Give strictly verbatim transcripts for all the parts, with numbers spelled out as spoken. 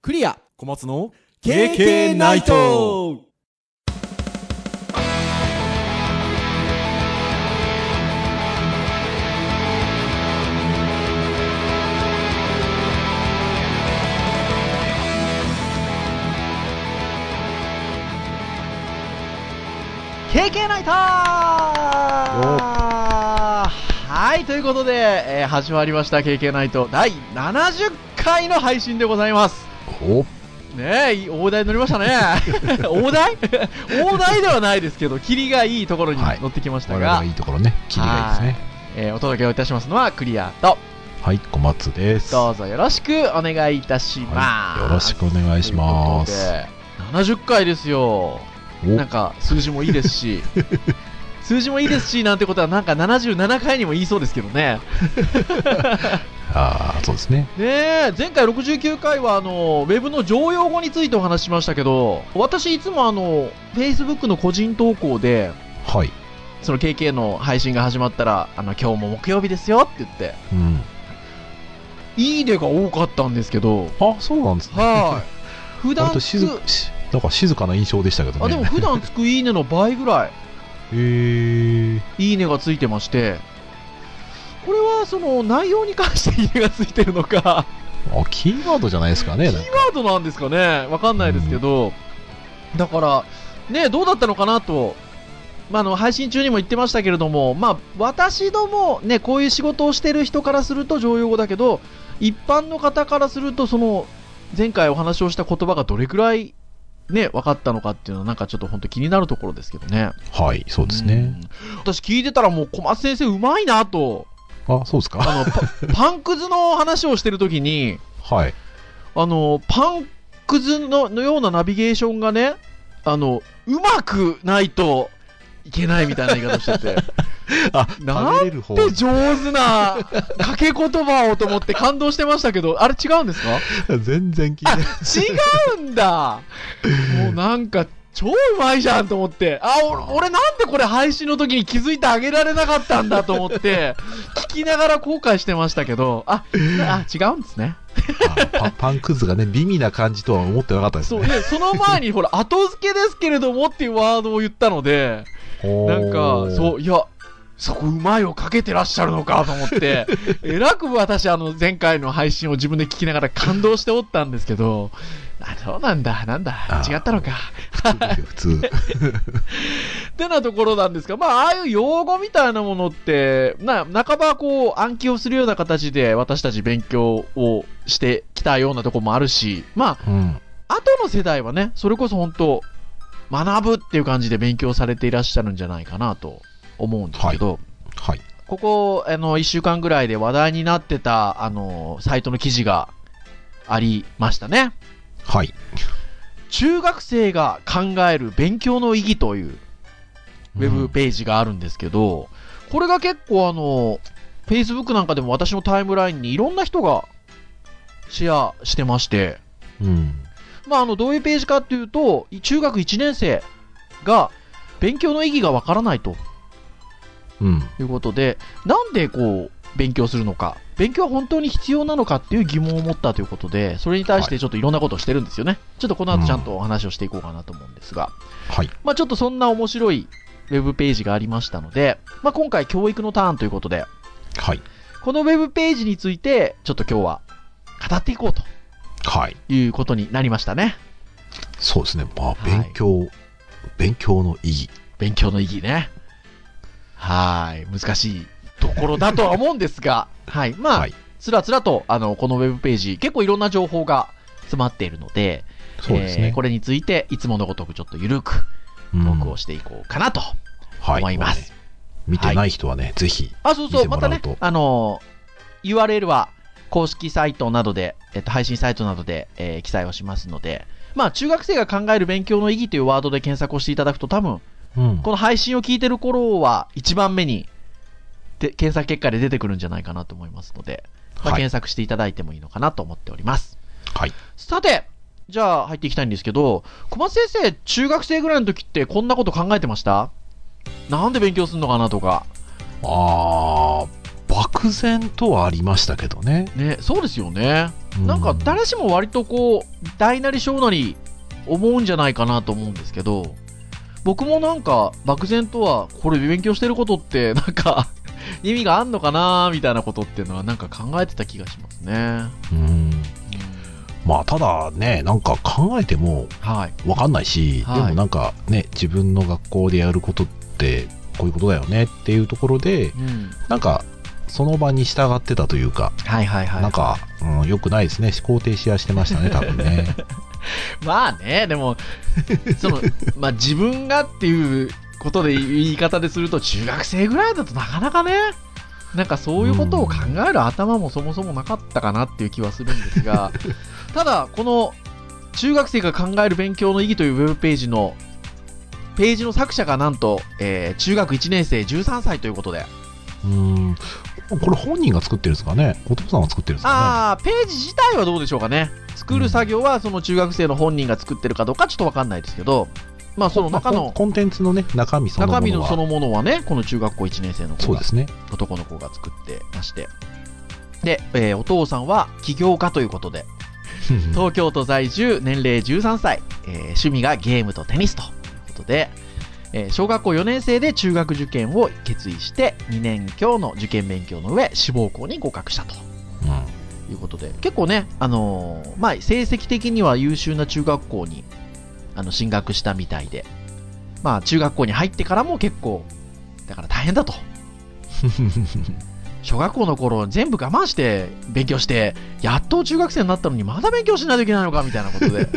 クリア小松の ケーケー ナイト。 ケーケー ナイトー。はい、ということで、えー、始まりました ケーケー ナイトだいななじゅっかいの配信でございます。 おねえ、大台乗りましたね。大台大台ではないですけど、キリがいいところに乗ってきましたが、 はい、我々がいいところね、キリがいいですね。 えー、お届けをいたしますのはクリアと、 はい、小松です。 どうぞよろしくお願いいたします。 はい、よろしくお願いします。 ななじゅっかいですよ。なんか数字もいいですし数字もいいですしなんてことはなんかななじゅうななかいにも言いそうですけどね。 ああ、そうですね。 ねえ、前回ろくじゅうきゅうかいはあのウェブの常用語についてお話ししましたけど、私いつもあの Facebook の個人投稿で、 はい、 その ケーケー の配信が始まったら、あの今日も木曜日ですよって言って、 うん、 いいねが多かったんですけど。 あ、そうなんですね。 はい。普段つ静なんか静かな印象でしたけどね。 あ、でも普段つくいいねの倍ぐらいへーいいねがついてまして、これはその内容に関していいねがついてるのかあ、キーワードじゃないですかね。 キーワードなんですかね、わかんないですけど、うん、だからね、どうだったのかなと、まあ、あの配信中にも言ってましたけれども、まあ、私どもね、こういう仕事をしてる人からすると常用語だけど、一般の方からするとその前回お話をした言葉がどれくらいね、分かったのかっていうのはなんかちょっと本当気になるところですけどね。 はい、そうですね。 私聞いてたらもう小松先生うまいなと。 あ、そうですか。 あの パ, パンくずの話をしてるときに、 はい、 あのパンくず の, のようなナビゲーションがね、あのうまくないといけないみたいな言い方をしててあ、 なんて上手な掛け言葉をと思って感動してましたけど、あれ違うんですか？ 全然聞いてない。 違うんだ。もうなんか超うまいじゃんと思って、あ、俺なんでこれ配信の時に気づいてあげられなかったんだと思って聞きながら後悔してましたけど、あ、あ、違うんですね。 パ, パンくずがね、美味な感じとは思ってなかったですね。 そうね、その前にほら後付けですけれどもっていうワードを言ったので、なんかそう、いやそこうまいをかけてらっしゃるのかと思ってえらく私あの前回の配信を自分で聞きながら感動しておったんですけど、あ、そうなんだ、なんだ、違ったのか。 普通ってなところなんですが、まあ、ああいう用語みたいなものって、な、半ばこう、暗記をするような形で私たち勉強をしてきたようなところもあるし、まあ、うん、後の世代はね、それこそ本当、学ぶっていう感じで勉強されていらっしゃるんじゃないかなと思うんですけど、 はいはい、 ここ、あの、いっしゅうかんぐらいで話題になってた、あの、サイトの記事がありましたね。 はい。 中学生が考える勉強の意義というウェブページがあるんですけど、うん、これが結構あの Facebook なんかでも私のタイムラインにいろんな人がシェアしてまして、 うん、 まああのどういうページかっていうと、中学いちねん生が勉強の意義がわからないと、 うん、 いうことで、なんでこう勉強するのか、勉強は本当に必要なのかっていう疑問を持ったということで、それに対してちょっといろんなことをしてるんですよね。はい、ちょっとこの後ちゃんとお話をしていこうかなと思うんですが、 はい、 まあちょっとそんな面白いウェブページがありましたので、まあ今回教育のターンということで、 はい、 このウェブページについてちょっと今日は語っていこうと、はい、いうことになりましたね。 そうですね。まあ勉強、はい、勉強の意義、 勉強の意義ね。はい、難しいところだとは思うんですが、はい、まあ、はい、つらつらとあのこのウェブページ結構いろんな情報が詰まっているので、 そうですね、 えー、これについていつものごとくちょっとゆるくトークをしていこうかなと思います。 はい、見てない人はね、はい、ぜひ見てもらうと。 あ、そうそう、またね、あの ユーアールエル は公式サイトなどで、えっと、配信サイトなどで、えー、記載をしますので、まあ中学生が考える勉強の意義というワードで検索をしていただくと、多分、うん、この配信を聞いてる頃は一番目にで検索結果で出てくるんじゃないかなと思いますので、まあ、検索していただいてもいいのかなと思っております。 はい。 さて、じゃあ入っていきたいんですけど、小松先生、中学生ぐらいの時ってこんなこと考えてました？なんで勉強するのかなとか。 あー、漠然とはありましたけどね。 ね、そうですよね。 なんか誰しも割とこう大なり小なり思うんじゃないかなと思うんですけど、僕もなんか漠然とはこれ勉強してることってなんか意味があんのかなみたいなことっていうのはなんか考えてた気がしますね。 うん、まあただね、なんか考えても分かんないし、はい、でもなんかね、自分の学校でやることってこういうことだよねっていうところで、うん、なんかその場に従ってたというか、 はいはいはい、 なんか、うん、よくないですね。思考停止はしてましたね、多分ね。 まあね、でもその、まあ、自分がっていうことで言い方ですると中学生ぐらいだとなかなかね、なんかそういうことを考える頭もそもそもなかったかなっていう気はするんですが、ただこの中学生が考える勉強の意義というウェブページのページの作者がなんと、えー、中学いちねん生じゅうさんさいということで、 うーん、これ本人が作ってるんですかね、お父さんが作ってるんですかね。 ああ、ページ自体はどうでしょうかね。作る作業はその中学生の本人が作ってるかどうかちょっと分かんないですけど、まあその中のコンテンツのね、中身そのものは中身のそのものはね、この中学校いちねん生の子が、 そうですね、 男の子が作ってまして、で、えー、お父さんは起業家ということで東京都在住、年齢じゅうさんさい、えー、趣味がゲームとテニスということで、えー、小学校よねん生で中学受験を決意してにねん強の受験勉強の上志望校に合格したと、うん、いうことで、結構ね、あのーまあ、成績的には優秀な中学校にあの進学したみたいで、まあ、中学校に入ってからも結構だから大変だと小学校の頃全部我慢して勉強してやっと中学生になったのにまだ勉強しないといけないのかみたいなことで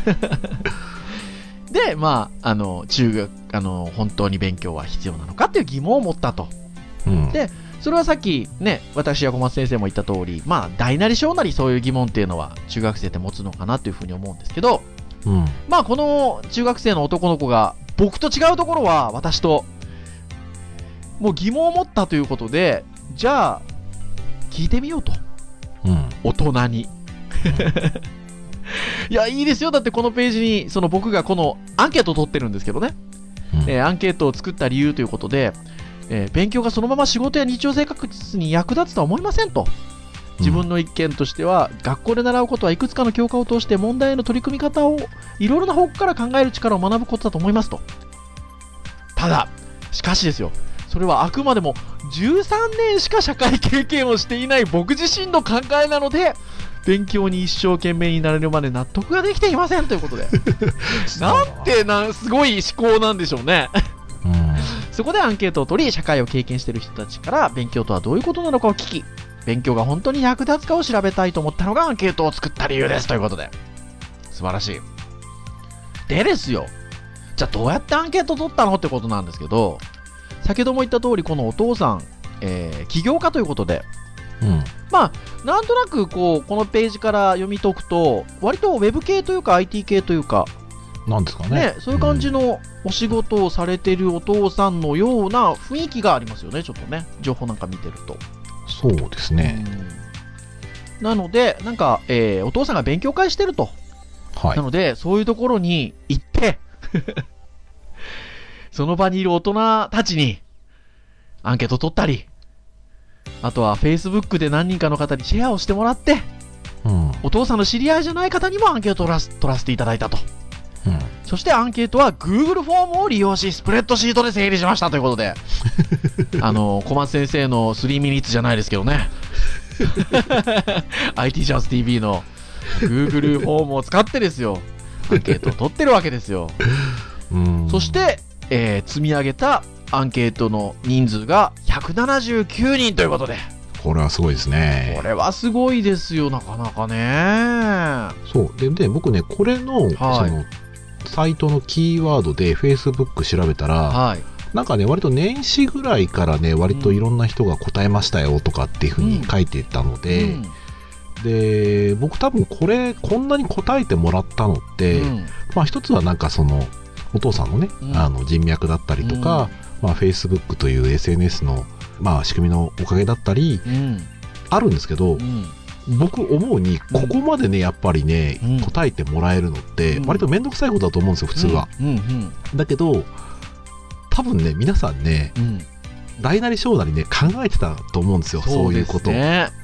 で、まあ、あの中学あの本当に勉強は必要なのかっていう疑問を持ったと、うん、でそれはさっきね、私や小松先生も言った通り、まあ大なり小なりそういう疑問っていうのは中学生って持つのかなというふうに思うんですけど、うん、まあこの中学生の男の子が僕と違うところは私ともう疑問を持ったということで、じゃあ聞いてみようと、うん、大人にいやいいですよ、だってこのページにその僕がこのアンケートを取ってるんですけどね、うん、えー、アンケートを作った理由ということで、えー、勉強がそのまま仕事や日常生活に役立つとは思いませんと。自分の意見としては、学校で習うことはいくつかの教科を通して問題への取り組み方をいろいろな方向から考える力を学ぶことだと思いますと。ただしかしですよ、それはあくまでもじゅうさんねんしか社会経験をしていない僕自身の考えなので、勉強に一生懸命になれるまで納得ができていませんということでなんてなすごい思考なんでしょうねうん、そこでアンケートを取り、社会を経験している人たちから勉強とはどういうことなのかを聞き、勉強が本当に役立つかを調べたいと思ったのがアンケートを作った理由ですということで、素晴らしい。でですよ、じゃあどうやってアンケートを取ったのってことなんですけど、先ほども言った通りこのお父さん、えー、起業家ということで、うん、まあなんとなくこうこのページから読み解くと割とウェブ系というか アイティー 系というかなんですか ね, ね、そういう感じのお仕事をされているお父さんのような雰囲気がありますよね、ちょっとね、情報なんか見てると。 そうですね、 うん、なのでなんか、えー、お父さんが勉強会してると、はい、なのでそういうところに行ってその場にいる大人たちにアンケート取ったり、あとは Facebook で何人かの方にシェアをしてもらって、うん、お父さんの知り合いじゃない方にもアンケートを取らせ、取らせていただいたと、うん、そしてアンケートは Google フォームを利用しスプレッドシートで整理しましたということであの小松先生のスリーミニッツじゃないですけどねアイティー チャンス ティービー の Google フォームを使ってですよ、アンケートを取ってるわけですよ。うんそして、えー、積み上げたアンケートの人数がひゃくななじゅうきゅうにんということで、 これはすごいですね。 これはすごいですよ、なかなかね。 そうで、で僕ねこれの、はい、そのサイトのキーワードで Facebook 調べたら、はい、なんかね割と年始ぐらいからね割といろんな人が答えましたよとかっていう風に書いてたので、うんうん、で僕多分これこんなに答えてもらったのって、うん、まあ一つはなんかそのお父さんのね、うん、あの人脈だったりとか、うんまあ、Facebook という エスエヌエス の、まあ、仕組みのおかげだったり、うん、あるんですけど、うん僕思うにここまでねやっぱりね、うん、答えてもらえるのって割と面倒くさいことだと思うんですよ普通は、うんうんうん、だけど多分ね皆さんね、うん、大なり小なりね考えてたと思うんですよ、そうですね、そういうこと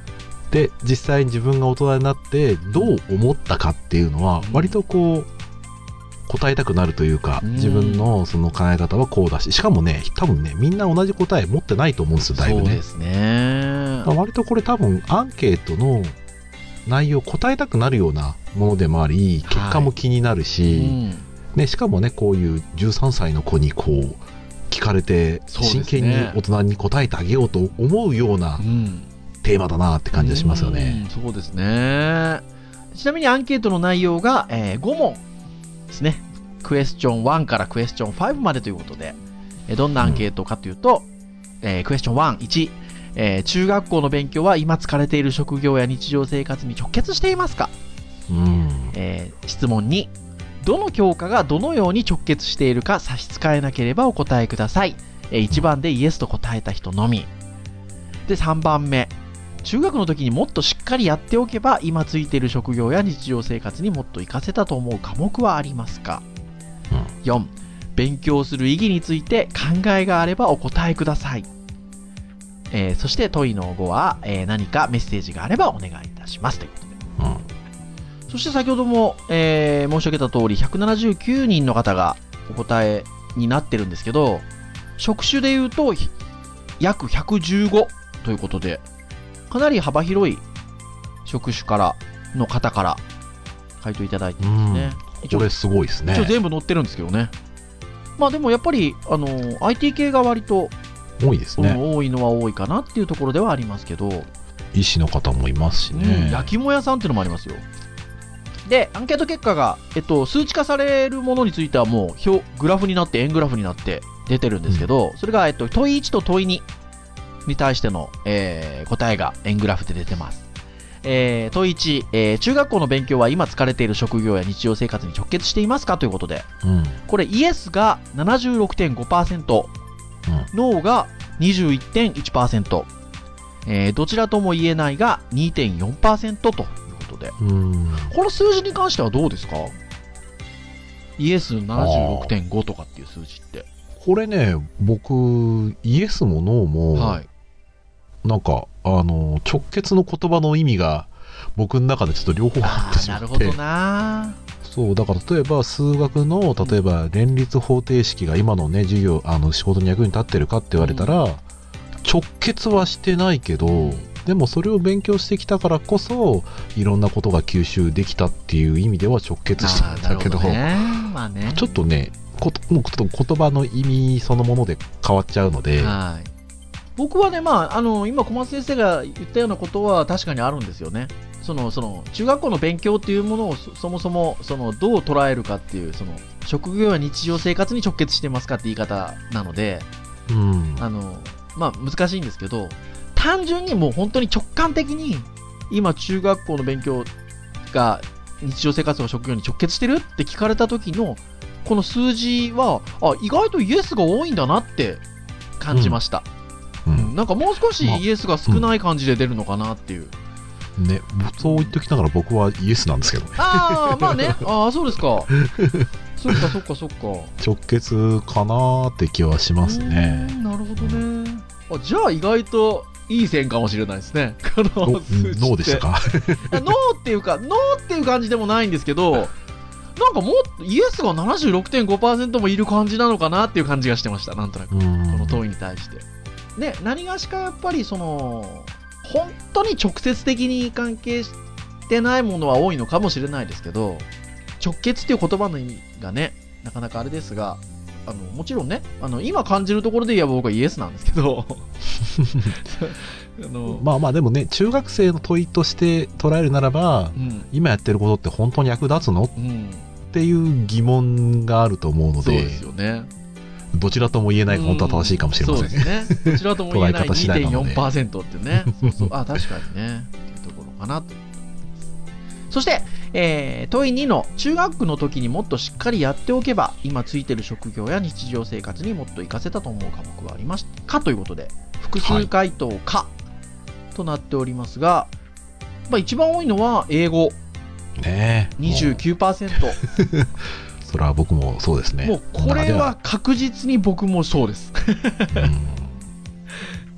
で実際に自分が大人になってどう思ったかっていうのは割とこう答えたくなるというか、自分のその考え方はこうだし、しかもね多分ねみんな同じ答え持ってないと思うんですよ、だいぶね。 そうですね。 割とこれ多分アンケートの内容答えたくなるようなものでもあり、結果も気になるし、はい、うんね、しかもねこういうじゅうさんさいの子にこう聞かれて真剣に大人に答えてあげようと思うようなテーマだなって感じがしますよね。 うん、そうですね。ちなみにアンケートの内容が、えー、ごもんですね。クエスチョンワンからクエスチョンファイブまでということで、えー、どんなアンケートかというと、うんえー、クエスチョンワン、いち、えー、中学校の勉強は今疲れている職業や日常生活に直結していますか、うんえー、質問にどの教科がどのように直結しているか差し支えなければお答えください。えー、いちばんでイエスと答えた人のみで、さんばんめ、中学の時にもっとしっかりやっておけば今ついている職業や日常生活にもっと活かせたと思う科目はありますか、うん、よん勉強する意義について考えがあればお答えください。えー、そして問いのごは、えー、何かメッセージがあればお願いいたしますということで、うんそして先ほども、えー、申し上げた通りひゃくななじゅうきゅうにんの方がお答えになってるんですけど、職種でいうと約ひゃくじゅうごということで、かなり幅広い職種からの方から回答いただいてますね。 これすごいですね。 一応全部載ってるんですけどね。まあでもやっぱりあの アイティー 系が割と多いですね、 うん、多いのは多いかなっていうところではありますけど、 医師の方もいますしね、 うん、焼き芋屋さんっていうのもありますよ。でアンケート結果が、えっと、数値化されるものについてはもう表グラフになって円グラフになって出てるんですけど、うん、それが、えっと、問いいちと問いにに対しての、えー、答えが円グラフで出てます。えー、問いいち、えー、中学校の勉強は今疲れている職業や日常生活に直結していますかということで、うん、これイエスが ななじゅうろくてんごパーセント、うん、ノーが にじゅういってんいちパーセント、えー、どちらとも言えないが にてんよんパーセント とで、うんこの数字に関してはどうですか？イエス ななじゅうろくてんご とかっていう数字って。 これね、僕イエスもノーも、はい、なんかあの直結の言葉の意味が僕の中でちょっと両方あってしまって。 なるほどな。 そうだから例えば数学の例えば連立方程式が今のね授業あの仕事に役に立ってるかって言われたら、うん、直結はしてないけど。でもそれを勉強してきたからこそいろんなことが吸収できたっていう意味では直結してるんだけど、 ねまあね、 ちょっとねこもうちょっと言葉の意味そのもので変わっちゃうので、 はい、僕はね、まあ、あの今小松先生が言ったようなことは確かにあるんですよね。そのその中学校の勉強っていうものを そ, そもそもそのどう捉えるかっていうその職業や日常生活に直結してますかって言い方なので、うん、あのまあ難しいんですけど、単純にもう本当に直感的に今中学校の勉強が日常生活の職業に直結してるって聞かれた時のこの数字はあ意外とイエスが多いんだなって感じました、うんうん、なんかもう少しイエスが少ない感じで出るのかなっていう、 うん、ね、そう言っておきながら僕はイエスなんですけどね。 ああまあね、ああそうですかそっかそっかそっか直結かなーって気はしますね。 なるほどね。あじゃあ意外といい線かもしれないですね。この数字ってノーでしたか？ ノーっていうかノーっていう感じでもないんですけど、なんかもっとイエスが ななじゅうろくてんごパーセント もいる感じなのかなっていう感じがしてました。なんとなくこの問いに対してで、何がしかやっぱりその本当に直接的に関係してないものは多いのかもしれないですけど、直結っていう言葉の意味がねなかなかあれですが、あのもちろんねあの今感じるところで言えば僕はイエスなんですけどあのまあまあでもね中学生の問いとして捉えるならば、うん、今やってることって本当に役立つの、うん、っていう疑問があると思うので、そうですよね、 どちらとも言えないが本当は正しいかもしれません、うん、そうですね、 どちらとも言えない にてんよんパーセント ってねそうそうあ確かにねっていうところかなと。そして、えー、問いにの中学の時にもっとしっかりやっておけば今ついてる職業や日常生活にもっと活かせたと思う科目はありますかということで複数回答か、はい、となっておりますが、まあ、一番多いのは英語、 ね、 にじゅうきゅうパーセントそれは僕もそうですね。 もうこれは確実に僕もそうです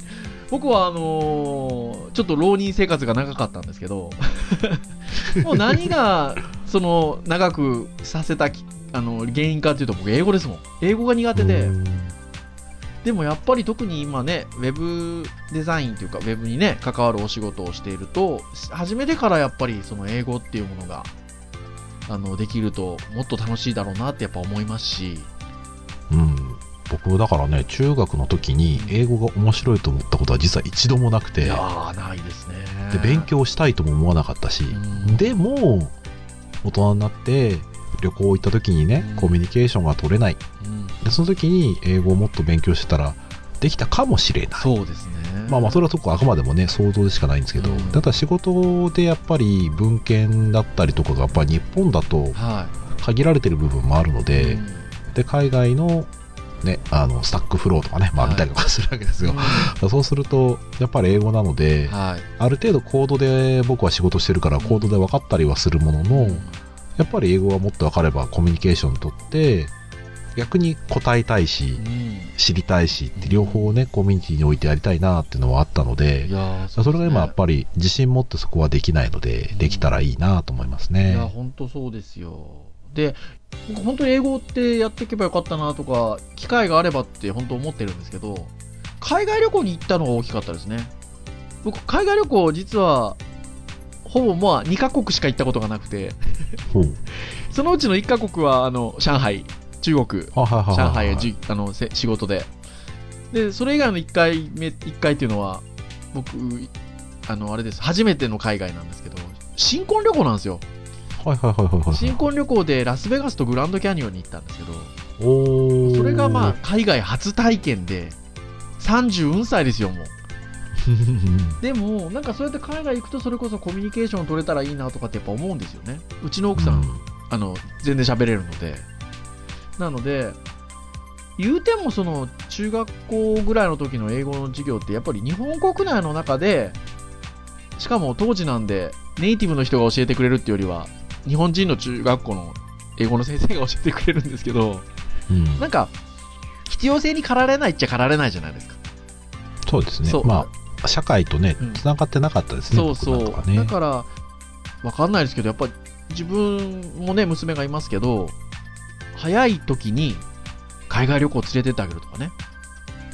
僕はあのー、ちょっと浪人生活が長かったんですけどもう何がその長くさせたきあの原因かっていうと僕英語ですもん。英語が苦手で、でもやっぱり特に今ねウェブデザインというかウェブにね関わるお仕事をしていると初めてからやっぱりその英語っていうものがあのできるともっと楽しいだろうなってやっぱ思いますし、 うん、僕だからね中学の時に英語が面白いと思ったことは実は一度もなくて、 いやーないですね。 で勉強したいとも思わなかったし、うん、でも大人になって旅行行った時にね、うん、コミュニケーションが取れない、うん、でその時に英語をもっと勉強してたらできたかもしれない。 そうですね。 まあまあそれはそこあくまでもね想像でしかないんですけど、うん、だから仕事でやっぱり文献だったりとかがやっぱり日本だと限られてる部分もあるので、はい、で海外のね、あのスタックフローとかね、まあ、見たりとかするわけですよ、はい、そうするとやっぱり英語なので、はい、ある程度コードで僕は仕事してるからコードで分かったりはするものの、うん、やっぱり英語がもっと分かればコミュニケーションとって逆に答えたいし、うん、知りたいしって両方ね、うん、コミュニティに置いてやりたいなっていうのはあったので、いや そ, それが今やっぱり自信持ってそこはできないので、うん、できたらいいなと思いますね。 いや本当そうですよ。で僕本当に英語ってやっていけばよかったなとか機会があればって本当思ってるんですけど、海外旅行に行ったのが大きかったですね。僕海外旅行実はほぼまあにカ国しか行ったことがなくてそのうちのいっカ国はあの上海中国上海じあの仕事ででそれ以外のいっかいめいっかいっていうのは僕あのあれです初めての海外なんですけど新婚旅行なんですよ。 はいはいはいはいはい、 新婚旅行でラスベガスとグランドキャニオンに行ったんですけど、おそれがまあ海外初体験でさんじゅうよんさいですよもうでもなんかそうやって海外行くとそれこそコミュニケーション取れたらいいなとかってやっぱ思うんですよね。うちの奥さん、うん、あの全然喋れるので、なので言うてもその中学校ぐらいの時の英語の授業ってやっぱり日本国内の中で、しかも当時なんでネイティブの人が教えてくれるっていうよりは日本人の中学校の英語の先生が教えてくれるんですけど、うん、なんか必要性に駆られないっちゃ駆られないじゃないですか。 そうですね。まあ社会とねつながってなかったですね、 うん、そうそう、ね、だから分かんないですけどやっぱり自分もね娘がいますけど早い時に海外旅行連れてってあげるとかね、うん、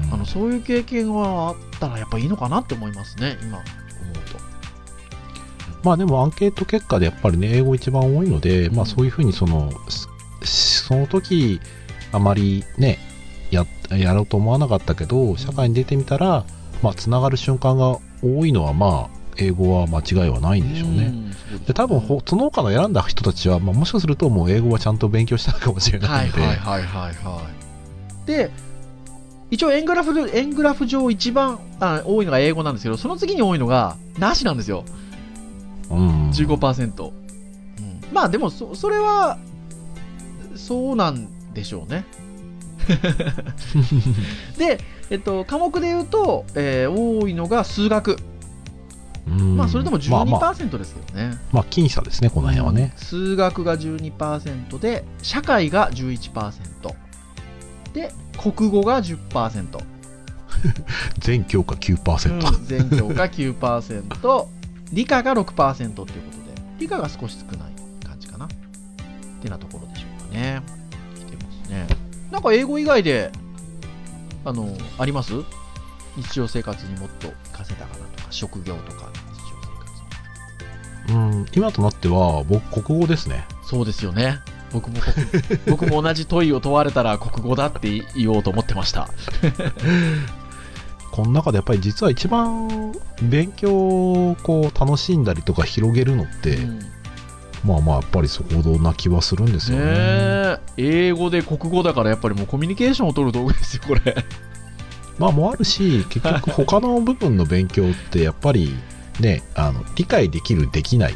あのそういう経験はあったらやっぱいいのかなって思いますね今思うと。 まあでもアンケート結果でやっぱりね英語一番多いので、うん、まあそういうふうにそのその時あまりね や, やろうと思わなかったけど社会に出てみたら、まあつながる瞬間が多いのはまあ英語は間違いはないんでしょうね。うん、そうですね。で多分その他の選んだ人たちは、まあ、もしかするともう英語はちゃんと勉強したかもしれないので、 はいはいはいはいはい。で一応円グラフ円グラフ上一番あ多いのが英語なんですけど、その次に多いのがなしなんですよ。うん、じゅうごパーセント、うん、まあでも そ, それはそうなんでしょうねで、えっと、科目で言うと、えー、多いのが数学、うん、まあそれでも じゅうにパーセント ですけどね。 まあ、まあ、まあ僅差ですねこの辺はね、 うん、数学が じゅうにパーセント で社会が じゅういちパーセント で国語が じゅっパーセント全教科 きゅうパーセント、 うん、全教科 きゅうパーセント 理科が ろくパーセント ということで理科が少し少ない感じかなってなところでしょうかね。来てますね。なんか英語以外であのあります？日常生活にもっと活かせたかなとか職業とか日常生活に。うん今となっては僕国語ですね。 そうですよね。僕も僕も同じ問いを問われたら国語だって言おうと思ってましたこの中でやっぱり実は一番勉強をこう楽しんだりとか広げるのって、うん、まあまあやっぱりそこな気はするんですよね。ね英語で国語だからやっぱりもうコミュニケーションを取る道具ですよこれ。 まあもうあるし結局他の部分の勉強ってやっぱりねあの理解できるできないって、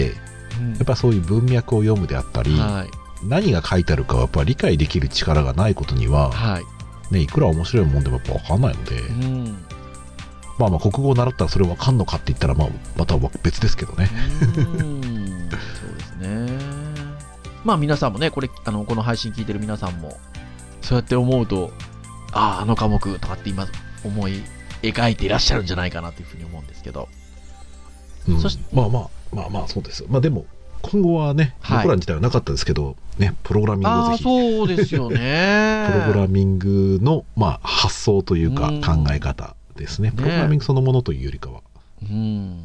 うん、やっぱそういう文脈を読むであったり、はい、何が書いてあるかはやっぱり理解できる力がないことには、はいね、いくら面白いもんでもやっぱ分かんないので、うん、まあまあ国語を習ったらそれ分かんのかって言ったらまあまた別ですけどね。 うんそうですね。まあ皆さんもねこれあのこの配信聞いてる皆さんもそうやって思うとあああの科目とかって今思い描いていらっしゃるんじゃないかなというふうに思うんですけど、 うん、そしまあまあまあまあそうです。まあでも今後はね、はい、僕ら自体はなかったですけど、ね、プログラミングをぜひ。 そうですよね。 プログラミングの、まあ、発想というか考え方ですね。プログラミングそのものというよりかは。 うん、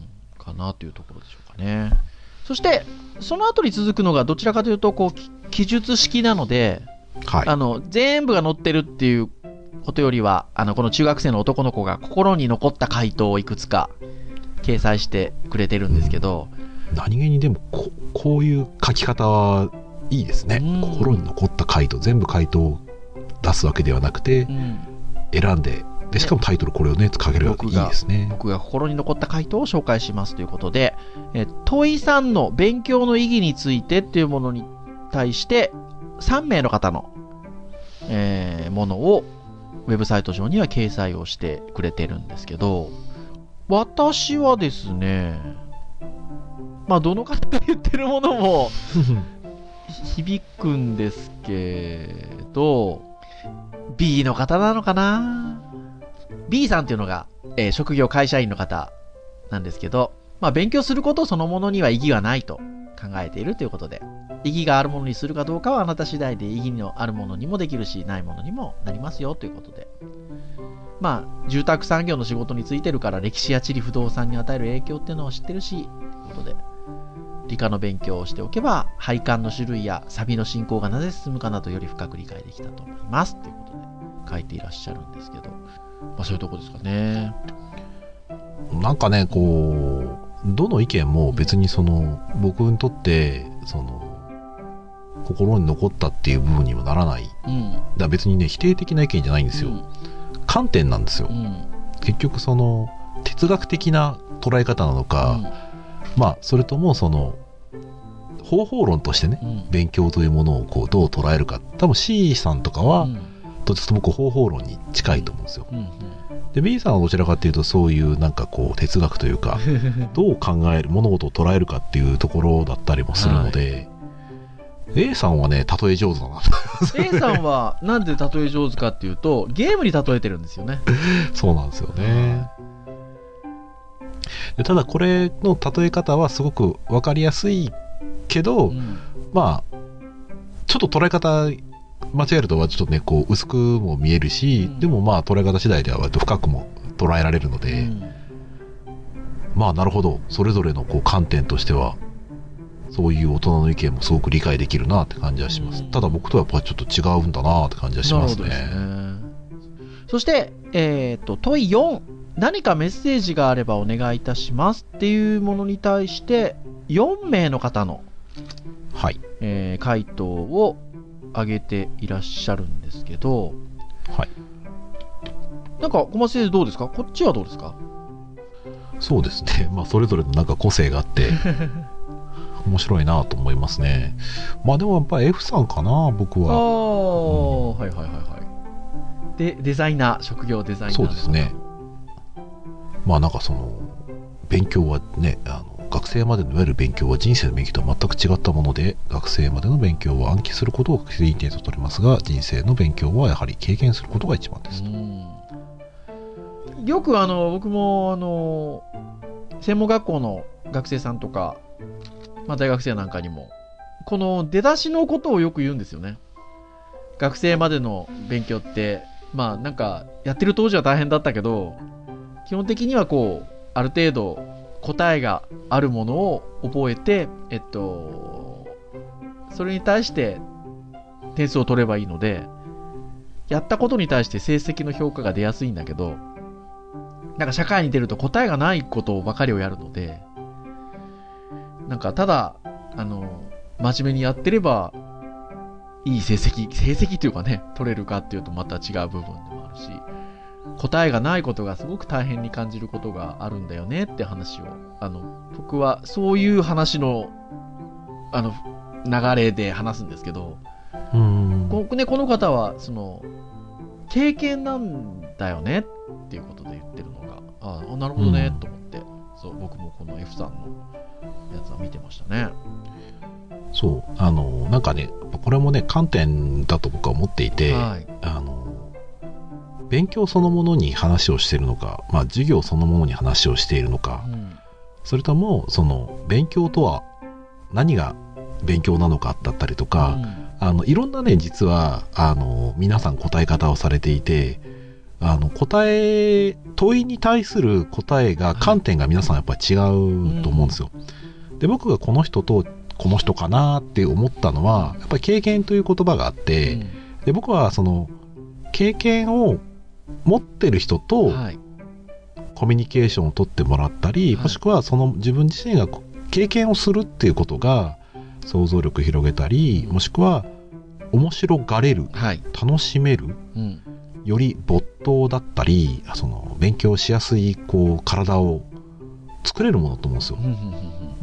かなというところでしょうかね。そして、その後に続くのがどちらかというと、こう、記述式なので、はい、あの、全部が載ってるっていうことよりは、あの、この中学生の男の子が心に残った回答をいくつか掲載してくれてるんですけど、 うん、何気にでもこ、こういう書き方はいいですね。うん、心に残った回答、全部回答を出すわけではなくて、うん、選んで、でしかもタイトルこれをね書けるわけいいですね。 僕が心に残った回答を紹介しますということで、え問いさんの勉強の意義についてっていうものに対してさんめいの方の、えー、ものをウェブサイト上には掲載をしてくれてるんですけど、私はですね、まあどの方が言ってるものも響くんですけど B の方なのかな。B さんっていうのが、えー、職業会社員の方なんですけど、まあ勉強することそのものには意義はないと考えているということで、意義があるものにするかどうかはあなた次第で、意義のあるものにもできるしないものにもなりますよということで、まあ住宅産業の仕事についてるから歴史や地理不動産に与える影響っていうのを知ってるしということで、理科の勉強をしておけば配管の種類やサビの進行がなぜ進むかなどより深く理解できたと思いますということで書いていらっしゃるんですけど、まあそういうとこですかね。 なんかね、こうどの意見も別にその僕にとってその心に残ったっていう部分にもならない、うん、だから別にね否定的な意見じゃないんですよ、うん、観点なんですよ、うん、結局その哲学的な捉え方なのか、うん、まあそれともその方法論としてね、うん、勉強というものをこうどう捉えるか、多分 C さんとかは、うん、どっちともこう方法論に近いと思うんですよ、うんうん、で B さんはどちらかというとそういうなんかこう哲学というかどう考える物事を捉えるかっていうところだったりもするので、はい、A さんはね例え上手だな A さんはなんで例え上手かっていうとゲームに例えてるんですよねそうなんですよね。でただこれの例え方はすごく分かりやすいけど、うん、まあちょっと捉え方間違えるとはちょっとねこう薄くも見えるし、うん、でもまあ捉え方次第では割と深くも捉えられるので、うん、まあなるほど、それぞれのこう観点としてはそういう大人の意見もすごく理解できるなって感じはします、うん、ただ僕とはやっぱりちょっと違うんだなって感じはします ね, ですね。 そして、えー、と問いよん、何かメッセージがあればお願いいたしますっていうものに対してよんめいの方の、 はいえー、回答を挙げていらっしゃるんですけど、 はい、 なんか小松先生どうですか？こっちはどうですか？ そうですね、まあそれぞれのなんか個性があって面白いなと思いますね。まあでもやっぱり F さんかな、僕は。ああ、うん、 はいはいはいはい。でデザイナー、職業デザイナー。 そうですね。まあなんかその勉強はね、あの学生までのいわゆる勉強は人生の勉強とは全く違ったもので、学生までの勉強は暗記することを経験と取れますが、人生の勉強はやはり経験することが一番ですと。 よくあの僕もあの専門学校の学生さんとか、まあ、大学生なんかにもこの出だしのことをよく言うんですよね。学生までの勉強ってまあなんかやってる当時は大変だったけど、基本的にはこうある程度答えがあるものを覚えて、えっとそれに対して点数を取ればいいので、やったことに対して成績の評価が出やすいんだけど、なんか社会に出ると答えがないことばかりをやるので、なんかただあの真面目にやってればいい成績成績というかね取れるかっていうとまた違う部分でもあるし、答えがないことがすごく大変に感じることがあるんだよねって話を、あの僕はそういう話のあの流れで話すんですけど、 うーんこ, ね、この方はその経験なんだよねっていうことで言ってるのが、ああなるほどねと思って、そう僕もこの F さんのやつは見てましたね。 そうあのなんかねこれもね観点だと僕は思っていて、はい、あの勉強そのものに話をしているのか、まあ、授業そのものに話をしているのか、うん、それともその勉強とは何が勉強なのかだったりとか、うん、あのいろんなね実はあの皆さん答え方をされていて、あの答え問いに対する答えが観点が皆さんやっぱり違うと思うんですよ、うん、で僕がこの人とこの人かなって思ったのはやっぱり経験という言葉があって、うん、で僕はその経験を持ってる人とコミュニケーションを取ってもらったり、はい、もしくはその自分自身が経験をするっていうことが想像力広げたり、もしくは面白がれる、はい、楽しめる、うん、より没頭だったりその勉強しやすいこう体を作れるものと思うんですよ、うんうんうん、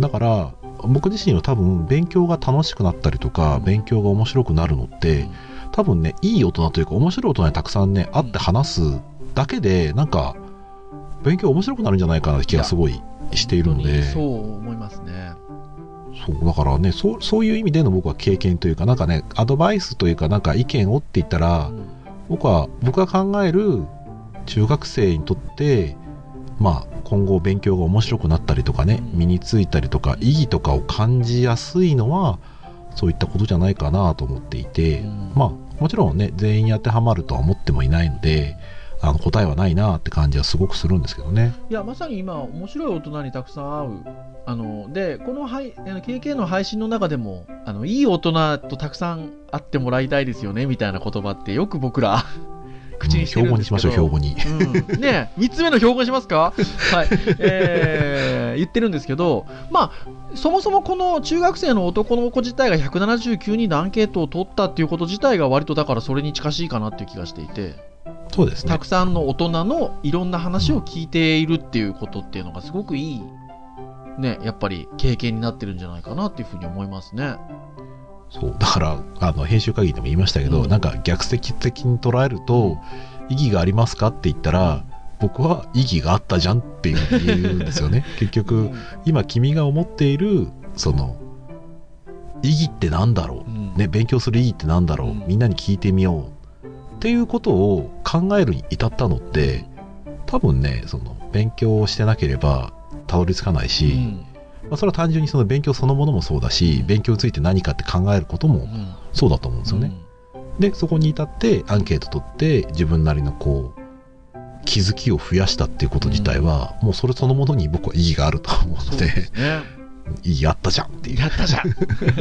だから僕自身は多分勉強が楽しくなったりとか、うん、勉強が面白くなるのって、うん多分ねいい大人というか面白い大人にたくさんね会って話すだけでなんか勉強面白くなるんじゃないかなって気がすごいしているので、 そう思いますね。 そうだからねそ う, そういう意味での僕は経験というかなんかねアドバイスというかなんか意見をって言ったら、うん、僕は僕が考える中学生にとってまあ今後勉強が面白くなったりとかね、うん、身についたりとか意義とかを感じやすいのはそういったことじゃないかなと思っていて、うん、まあもちろんね全員当てはまるとは思ってもいないのであの答えはないなって感じはすごくするんですけどね。 いやまさに今面白い大人にたくさん会うあのでこの配 ケーケー の配信の中でもあのいい大人とたくさん会ってもらいたいですよねみたいな言葉ってよく僕ら口にしてるんですけど、 うん、標語にしましょう標語に、 うん、ねみっつめの標語にしますかはい、えー、言ってるんですけどまあそもそもこの中学生の男の子自体がひゃくななじゅうきゅうにんのアンケートを取ったっていうこと自体が割とだからそれに近しいかなっていう気がしていてそうですね、 たくさんの大人のいろんな話を聞いているっていうことっていうのがすごくいいねやっぱり経験になってるんじゃないかなっていうふうに思いますね。 そうだからあの編集会議でも言いましたけど、うん、なんか逆説的に捉えると意義がありますかって言ったら、うん、僕は意義があったじゃんっていうふうに言うんですよね結局、うん、今君が思っているその意義ってなんだろう、うんね、勉強する意義ってなんだろう、うん、みんなに聞いてみようっていうことを考えるに至ったのって多分ねその勉強をしてなければたどり着かないし、うんまあ、それは単純にその勉強そのものもそうだし、うん、勉強について何かって考えることもそうだと思うんですよね、うん、でそこに至ってアンケート取って自分なりのこう気づきを増やしたっていうこと自体は、うん、もうそれそのものに僕は意義があると思うので、ね、意義あったじゃんっていうやったじゃん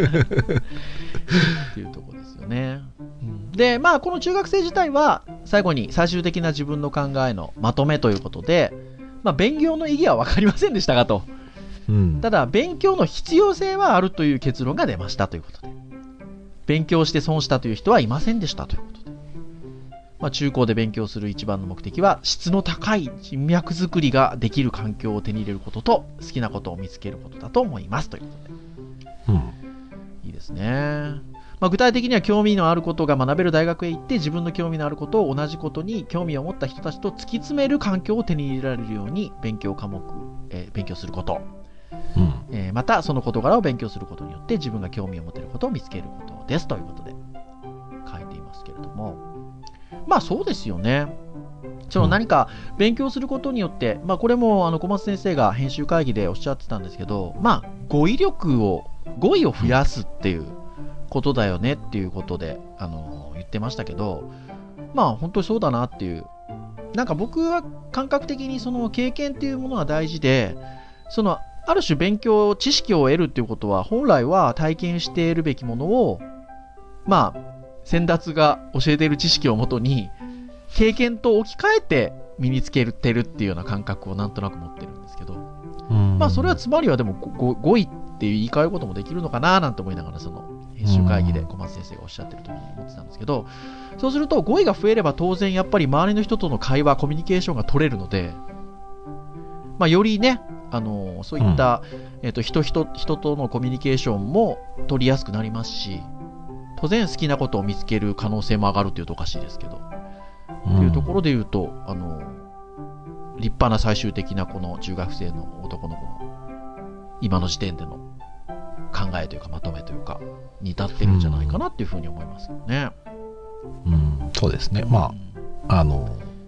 っていうところですよね、うん、でまあこの中学生自体は最後に最終的な自分の考えのまとめということで、まあ、勉強の意義は分かりませんでしたがとうん、ただ勉強の必要性はあるという結論が出ましたということで勉強して損したという人はいませんでしたということで、まあ、中高で勉強する一番の目的は質の高い人脈作りができる環境を手に入れることと好きなことを見つけることだと思いますということで、うん、いいですね、まあ、具体的には興味のあることが学べる大学へ行って自分の興味のあることを同じことに興味を持った人たちと突き詰める環境を手に入れられるように勉強科目、えー、勉強することうんえー、またその事柄を勉強することによって自分が興味を持てることを見つけることですということで書いていますけれどもまあそうですよねその何か勉強することによって、まあ、これもあの小松先生が編集会議でおっしゃってたんですけどまあ語彙力を語彙を増やすっていうことだよねっていうことであの言ってましたけどまあ本当にそうだなっていうなんか僕は感覚的にその経験っていうものが大事でそのある種勉強知識を得るっていうことは本来は体験しているべきものをまあ先達が教えている知識をもとに経験と置き換えて身につけてるっていうような感覚をなんとなく持ってるんですけどまあそれはつまりはでも語彙っていう言い換えることもできるのかななんて思いながらその編集会議で小松先生がおっしゃってる時に思ってたんですけどそうすると語彙が増えれば当然やっぱり周りの人との会話コミュニケーションが取れるのでまあよりねあのそういった、うんえー、と 人, 人, 人とのコミュニケーションも取りやすくなりますし当然好きなことを見つける可能性も上がるというとおかしいですけど、うん、というところで言うとあの立派な最終的なこの中学生の男の子の今の時点での考えというかまとめというかに至ってるんじゃないかなっていうふうに思いますよね、 うんうん、そうですねまああの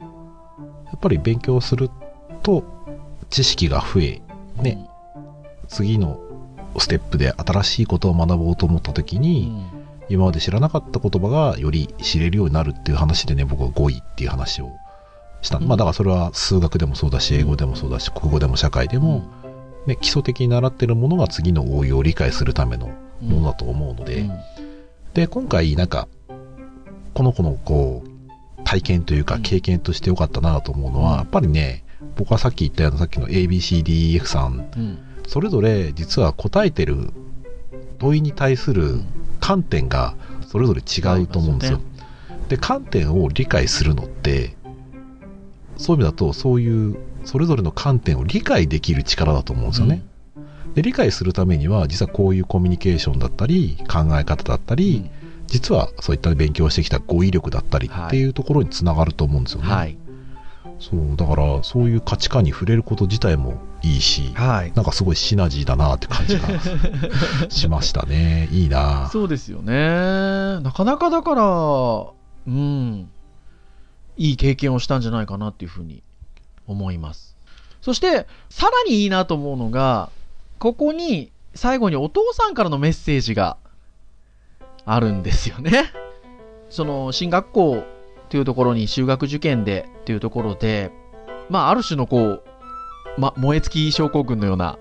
やっぱり勉強すると知識が増え、ね、うん、次のステップで新しいことを学ぼうと思った時に、うん、今まで知らなかった言葉がより知れるようになるっていう話でね、僕はごいっていう話をした、うん、まあだからそれは数学でもそうだし、英語でもそうだし、国語でも社会でも、うん、ね、基礎的に習ってるものが次の応用を理解するためのものだと思うので、うん、で今回なんかこの子のこう体験というか経験としてよかったなと思うのは、うん、やっぱりね、僕はさっき言ったようなさっきの エービーシーディーイーエフ さん、うん、それぞれ実は答えてる問いに対する観点がそれぞれ違うと思うんですよ。で、観点を理解するのってそういう意味だとそういうそれぞれの観点を理解できる力だと思うんですよね、うん、で理解するためには実はこういうコミュニケーションだったり考え方だったり、うん、実はそういった勉強してきた語彙力だったりっていうところにつながると思うんですよね、はい、そうだからそういう価値観に触れること自体もいいし、はい、なんかすごいシナジーだなって感じがしましたね。いいな。 そうですよね。なかなかだからうんいい経験をしたんじゃないかなっていうふうに思います。そしてさらにいいなと思うのが、ここに最後にお父さんからのメッセージがあるんですよね。その進学校というところに修学受験でというところで、まあある種のこう、ま、燃え尽き症候群のような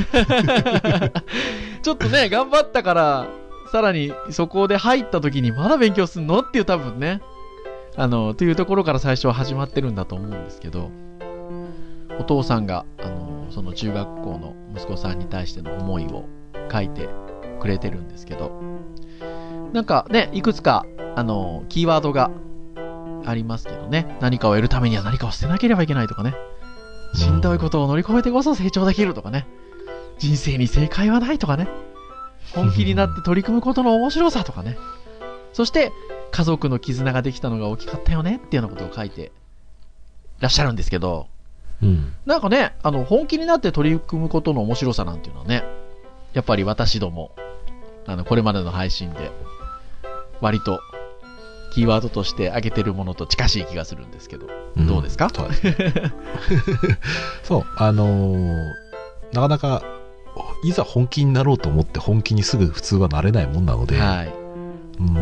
ちょっとね頑張ったからさらにそこで入った時にまだ勉強すんのっていう多分ねあのというところから最初は始まってるんだと思うんですけど、お父さんがあのその中学校の息子さんに対しての思いを書いてくれてるんですけど、なんかねいくつかあのキーワードがありますけどね、何かを得るためには何かを捨てなければいけないとかね、しんどいことを乗り越えてこそ成長できるとかね、人生に正解はないとかね、本気になって取り組むことの面白さとかね、そして家族の絆ができたのが大きかったよねっていうようなことを書いてらっしゃるんですけど、うん、なんかねあの本気になって取り組むことの面白さなんていうのはね、やっぱり私どもあのこれまでの配信で割とキーワードとして挙げてるものと近しい気がするんですけど、うん、どうですか？そうですねそうあのー、なかなかいざ本気になろうと思って本気にすぐ普通はなれないもんなので、はい、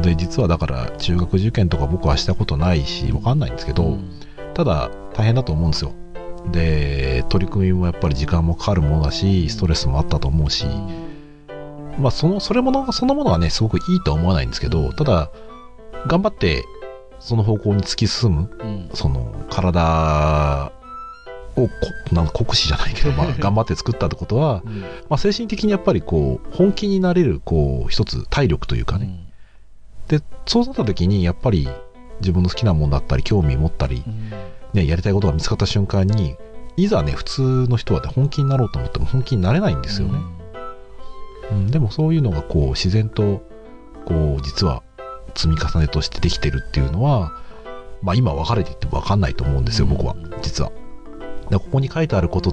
で実はだから中学受験とか僕はしたことないし分かんないんですけど、うん、ただ大変だと思うんですよ。で取り組みもやっぱり時間もかかるものだしストレスもあったと思うし、まあそのそれものそのものはねすごくいいとは思わないんですけど、ただ頑張ってその方向に突き進む、うん、その体をこなん酷使じゃないけど、まあ、頑張って作ったってことは、うんまあ、精神的にやっぱりこう本気になれるこう一つ体力というかね、うん、でそうなった時にやっぱり自分の好きなものだったり興味持ったり、うんね、やりたいことが見つかった瞬間にいざね普通の人は、ね、本気になろうと思っても本気になれないんですよね、うんうん、でもそういうのがこう自然とこう実は積み重ねとしてできてるっていうのは、まあ、今分かれていっても分かんないと思うんですよ、うん、僕は実は。でここに書いてあることって、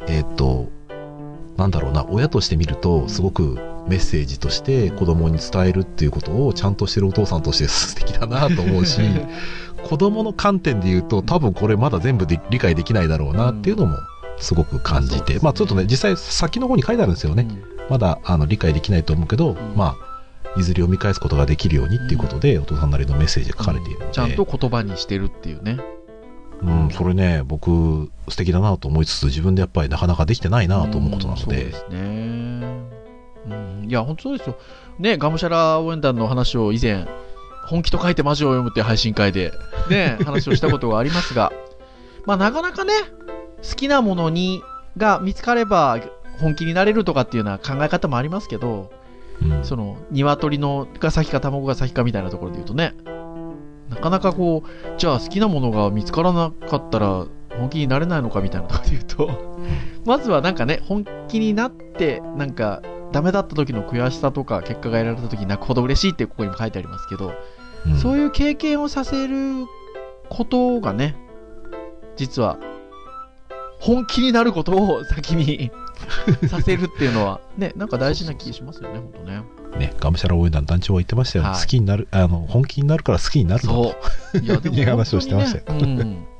えーと、なんだろうな、親として見るとすごくメッセージとして子供に伝えるっていうことをちゃんとしてるお父さんとして素敵だなと思うし子供の観点で言うと多分これまだ全部で理解できないだろうなっていうのもすごく感じて、うん、まあちょっとね実際先の方に書いてあるんですよね、うん、まだあの理解できないと思うけど、うん、まあいずれ読み返すことができるようにっていうことで、うん、お父さんなりのメッセージが書かれているので、うん、 ちゃんと言葉にしてるっていうね、 うん、それね僕素敵だなと思いつつ自分でやっぱりなかなかできてないなと思うことなので、うん、そうですね、 うん、いや本当そうですよね。がむしゃら応援団の話を以前本気と書いてマジを読むっていう配信会でね話をしたことがありますがまあなかなかね好きなものにが見つかれば本気になれるとかっていうような考え方もありますけど、うん、その鶏のが先か卵が先かみたいなところで言うとね、なかなかこうじゃあ好きなものが見つからなかったら本気になれないのかみたいなところで言うとまずはなんかね本気になってなんかダメだった時の悔しさとか結果が得られた時に泣くほど嬉しいってここにも書いてありますけど、うん、そういう経験をさせることがね実は本気になることを先にさせるっていうのはねなんか大事な気がしますよね。本当ね。ね、 がむしゃら応援団団長は言ってましたよ、はい、好きになるあの本気になるから好きになるとそういやでもいう話をしてましたよ、 うん、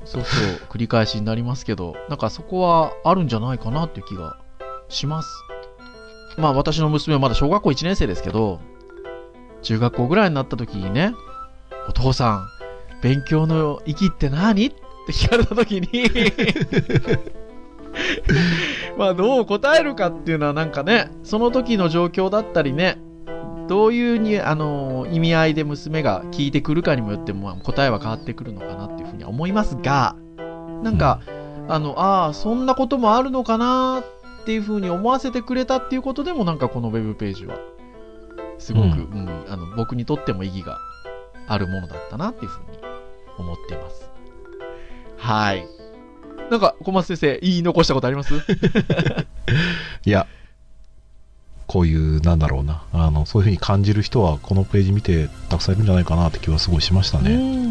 そうそう、繰り返しになりますけど、なんかそこはあるんじゃないかなっていう気がします。まあ私の娘はまだ小学校いちねん生ですけど、中学校ぐらいになった時にね、お父さん、勉強の意義って何って聞かれた時にまあどう答えるかっていうのはなんかね、その時の状況だったりね、どういうに、あのー、意味合いで娘が聞いてくるかにもよっても答えは変わってくるのかなっていうふうには思いますが、なんか、うん、あの、ああ、そんなこともあるのかなっていうふうに思わせてくれたっていうことでも、なんかこのウェブページは、すごく、うん、うん、あの、僕にとっても意義があるものだったなっていうふうに思っています。はい。なんか、小松先生、言い残したことあります？ いや、こういう、なんだろうな、あの、そういうふうに感じる人は、このページ見て、たくさんいるんじゃないかなって気はすごいしましたね。 うん。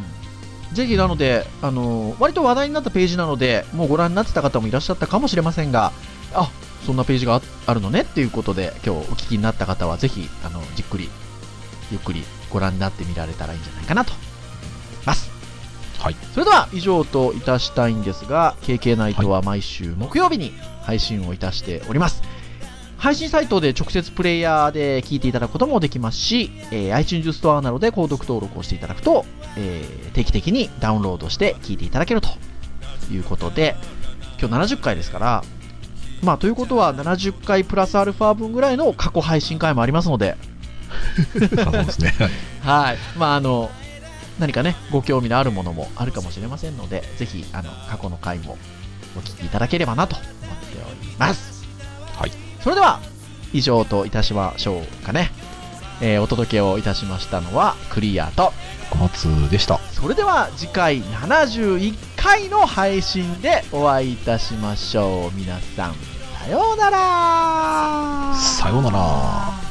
ぜひ、なので、あの、割と話題になったページなので、もうご覧になってた方もいらっしゃったかもしれませんが、あ、そんなページが あ, あるのねっていうことで、今日お聞きになった方は、ぜひ、あの、じっくり、ゆっくりご覧になってみられたらいいんじゃないかなと思います。はい、それでは以上といたしたいんですが、 ケーケー ナイトは毎週木曜日に配信をいたしております。配信サイトで直接プレイヤーで聞いていただくこともできますし、えー、iTunes ストアなどで購読登録をしていただくと、えー、定期的にダウンロードして聞いていただけるということで、今日ななじゅっかいですから、まあということはななじゅっかいプラスアルファ分ぐらいの過去配信回もありますのでそうですね。 はい、まああの何かね、ご興味のあるものもあるかもしれませんので、ぜひあの過去の回もお聞きいただければなと思っております。 はい。 それでは以上といたしましょうかね。えー、お届けをいたしましたのはクリアと小松でした。 それでは次回ななじゅういっかいの配信でお会いいたしましょう。皆さんさようなら。 さようなら。